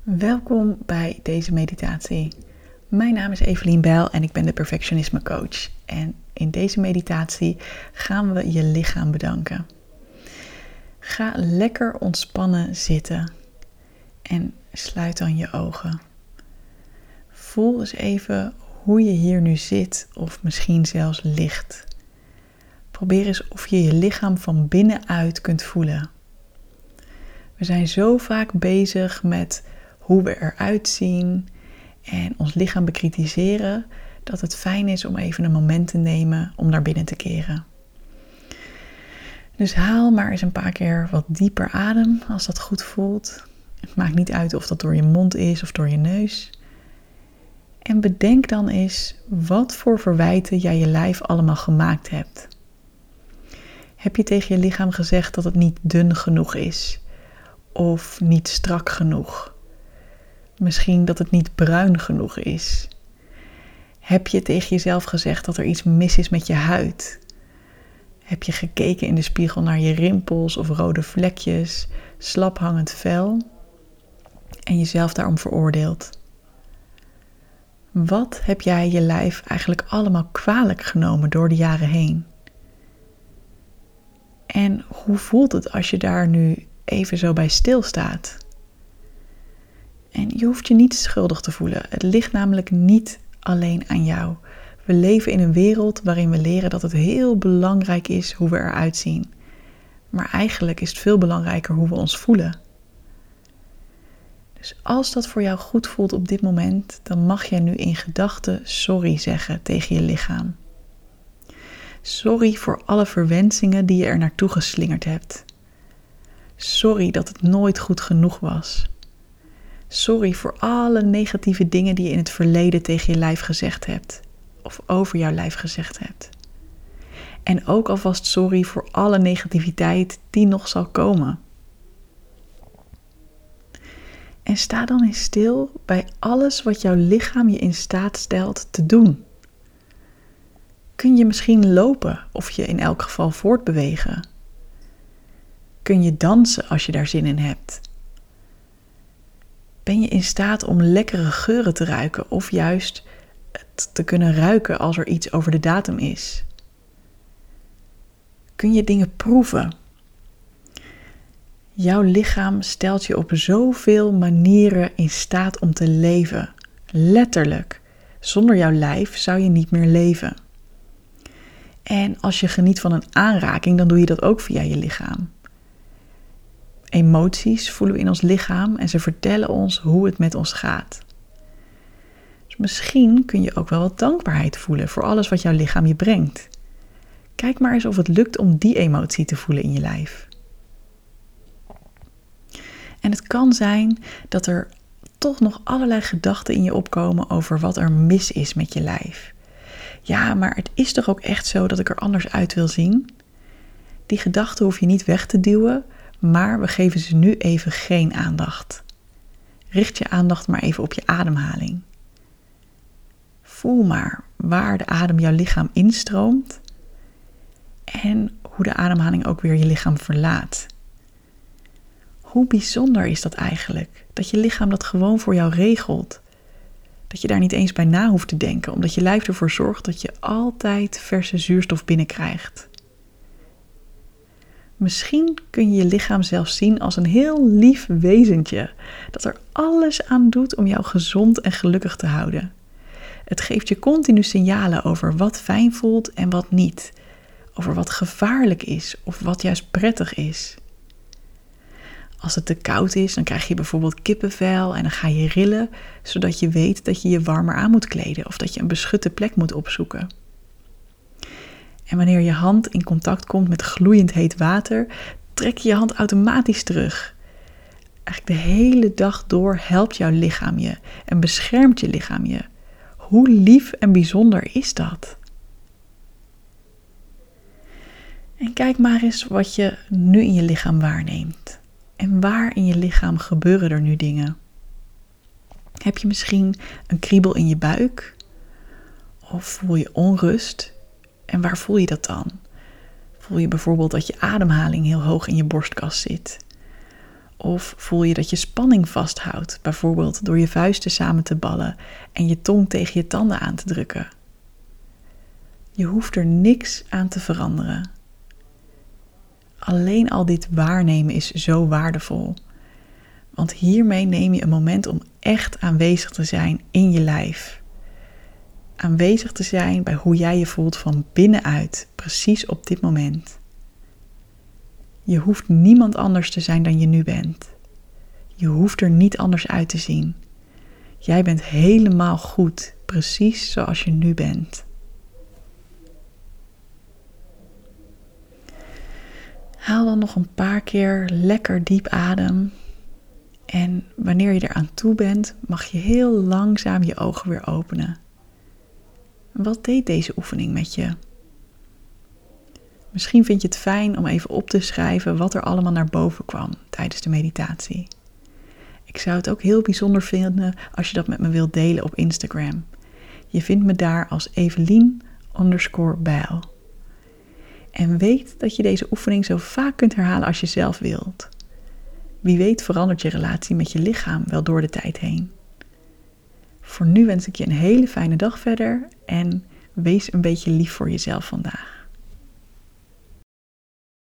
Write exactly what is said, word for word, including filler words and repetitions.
Welkom bij deze meditatie. Mijn naam is Evelien Bijl en ik ben de perfectionisme coach. En in deze meditatie gaan we je lichaam bedanken. Ga lekker ontspannen zitten en sluit dan je ogen. Voel eens even hoe je hier nu zit of misschien zelfs ligt. Probeer eens of je je lichaam van binnenuit kunt voelen. We zijn zo vaak bezig met hoe we eruit zien en ons lichaam bekritiseren, dat het fijn is om even een moment te nemen om naar binnen te keren. Dus haal maar eens een paar keer wat dieper adem als dat goed voelt. Het maakt niet uit of dat door je mond is of door je neus. En bedenk dan eens wat voor verwijten jij je lijf allemaal gemaakt hebt. Heb je tegen je lichaam gezegd dat het niet dun genoeg is? Of niet strak genoeg? Misschien dat het niet bruin genoeg is. Heb je tegen jezelf gezegd dat er iets mis is met je huid? Heb je gekeken in de spiegel naar je rimpels of rode vlekjes, slap hangend vel en jezelf daarom veroordeeld? Wat heb jij je lijf eigenlijk allemaal kwalijk genomen door de jaren heen? En hoe voelt het als je daar nu even zo bij stilstaat? En je hoeft je niet schuldig te voelen. Het ligt namelijk niet alleen aan jou. We leven in een wereld waarin we leren dat het heel belangrijk is hoe we eruit zien. Maar eigenlijk is het veel belangrijker hoe we ons voelen. Dus als dat voor jou goed voelt op dit moment, dan mag jij nu in gedachten sorry zeggen tegen je lichaam. Sorry voor alle verwensingen die je er naartoe geslingerd hebt. Sorry dat het nooit goed genoeg was. Sorry voor alle negatieve dingen die je in het verleden tegen je lijf gezegd hebt. Of over jouw lijf gezegd hebt. En ook alvast sorry voor alle negativiteit die nog zal komen. En sta dan eens stil bij alles wat jouw lichaam je in staat stelt te doen. Kun je misschien lopen of je in elk geval voortbewegen? Kun je dansen als je daar zin in hebt? Ben je in staat om lekkere geuren te ruiken of juist het te kunnen ruiken als er iets over de datum is? Kun je dingen proeven? Jouw lichaam stelt je op zoveel manieren in staat om te leven. Letterlijk. Zonder jouw lijf zou je niet meer leven. En als je geniet van een aanraking, dan doe je dat ook via je lichaam. Emoties voelen we in ons lichaam en ze vertellen ons hoe het met ons gaat. Dus misschien kun je ook wel wat dankbaarheid voelen voor alles wat jouw lichaam je brengt. Kijk maar eens of het lukt om die emotie te voelen in je lijf. En het kan zijn dat er toch nog allerlei gedachten in je opkomen over wat er mis is met je lijf. Ja, maar het is toch ook echt zo dat ik er anders uit wil zien? Die gedachten hoef je niet weg te duwen, maar we geven ze nu even geen aandacht. Richt je aandacht maar even op je ademhaling. Voel maar waar de adem jouw lichaam instroomt en hoe de ademhaling ook weer je lichaam verlaat. Hoe bijzonder is dat eigenlijk, dat je lichaam dat gewoon voor jou regelt. Dat je daar niet eens bij na hoeft te denken, omdat je lijf ervoor zorgt dat je altijd verse zuurstof binnenkrijgt. Misschien kun je je lichaam zelfs zien als een heel lief wezentje, dat er alles aan doet om jou gezond en gelukkig te houden. Het geeft je continu signalen over wat fijn voelt en wat niet, over wat gevaarlijk is of wat juist prettig is. Als het te koud is, dan krijg je bijvoorbeeld kippenvel en dan ga je rillen, zodat je weet dat je je warmer aan moet kleden of dat je een beschutte plek moet opzoeken. En wanneer je hand in contact komt met gloeiend heet water, trek je je hand automatisch terug. Eigenlijk de hele dag door helpt jouw lichaam je en beschermt je lichaam je. Hoe lief en bijzonder is dat? En kijk maar eens wat je nu in je lichaam waarneemt. En waar in je lichaam gebeuren er nu dingen? Heb je misschien een kriebel in je buik? Of voel je onrust? En waar voel je dat dan? Voel je bijvoorbeeld dat je ademhaling heel hoog in je borstkas zit? Of voel je dat je spanning vasthoudt, bijvoorbeeld door je vuisten samen te ballen en je tong tegen je tanden aan te drukken? Je hoeft er niks aan te veranderen. Alleen al dit waarnemen is zo waardevol. Want hiermee neem je een moment om echt aanwezig te zijn in je lijf. Aanwezig te zijn bij hoe jij je voelt van binnenuit, precies op dit moment. Je hoeft niemand anders te zijn dan je nu bent. Je hoeft er niet anders uit te zien. Jij bent helemaal goed, precies zoals je nu bent. Haal dan nog een paar keer lekker diep adem. En wanneer je eraan toe bent, mag je heel langzaam je ogen weer openen. Wat deed deze oefening met je? Misschien vind je het fijn om even op te schrijven wat er allemaal naar boven kwam tijdens de meditatie. Ik zou het ook heel bijzonder vinden als je dat met me wilt delen op Instagram. Je vindt me daar als Evelien underscore Bijl. En weet dat je deze oefening zo vaak kunt herhalen als je zelf wilt. Wie weet verandert je relatie met je lichaam wel door de tijd heen. Voor nu wens ik je een hele fijne dag verder en wees een beetje lief voor jezelf vandaag.